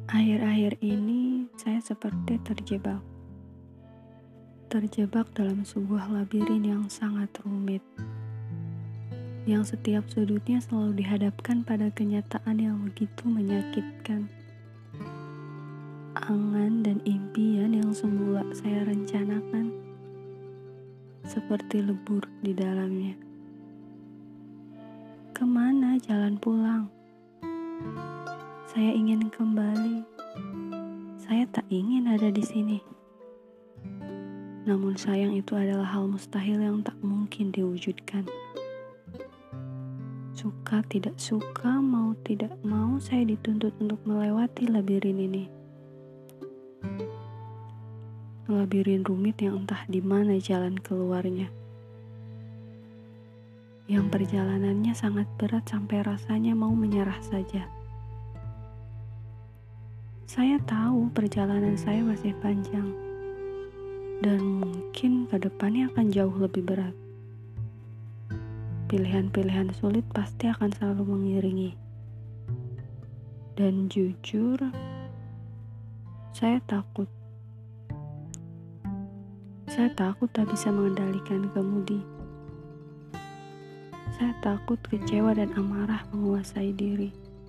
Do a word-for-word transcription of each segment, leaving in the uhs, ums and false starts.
Akhir-akhir ini saya seperti terjebak. Terjebak dalam sebuah labirin yang sangat rumit. Yang setiap sudutnya selalu dihadapkan pada kenyataan yang begitu menyakitkan. Angan dan impian yang semula saya rencanakan seperti lebur di dalamnya. Kemana jalan pulang? Saya ingin kembali. Saya tak ingin ada di sini. Namun sayang itu adalah hal mustahil yang tak mungkin diwujudkan. Suka tidak suka, mau tidak mau, saya dituntut untuk melewati labirin ini. Labirin rumit yang entah di mana jalan keluarnya. Yang perjalanannya sangat berat sampai rasanya mau menyerah saja. Saya tahu perjalanan saya masih panjang. Dan mungkin ke depannya akan jauh lebih berat. Pilihan-pilihan sulit pasti akan selalu mengiringi. Dan jujur, saya takut. Saya takut tak bisa mengendalikan kemudi. Saya takut kecewa dan amarah menguasai diri.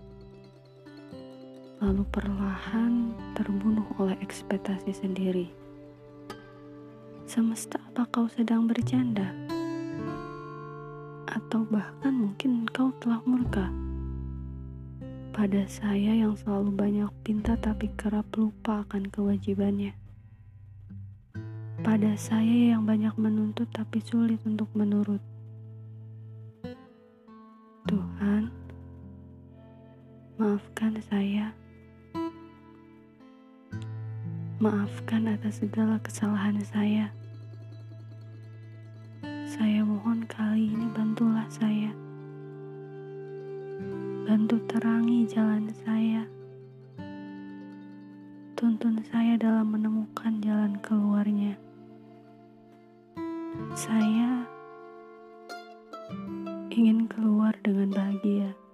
Lalu perlahan terbunuh oleh ekspektasi sendiri. Semesta, apa kau sedang bercanda? Atau bahkan mungkin kau telah murka pada saya yang selalu banyak pinta tapi kerap lupa akan kewajibannya. Pada saya yang banyak menuntut tapi sulit untuk menurut. Tuhan, maafkan saya. Maafkan atas segala kesalahan saya. Saya mohon kali ini bantulah saya. Bantu terangi jalan saya. Tuntun saya dalam menemukan jalan keluarnya. Saya ingin keluar dengan bahagia.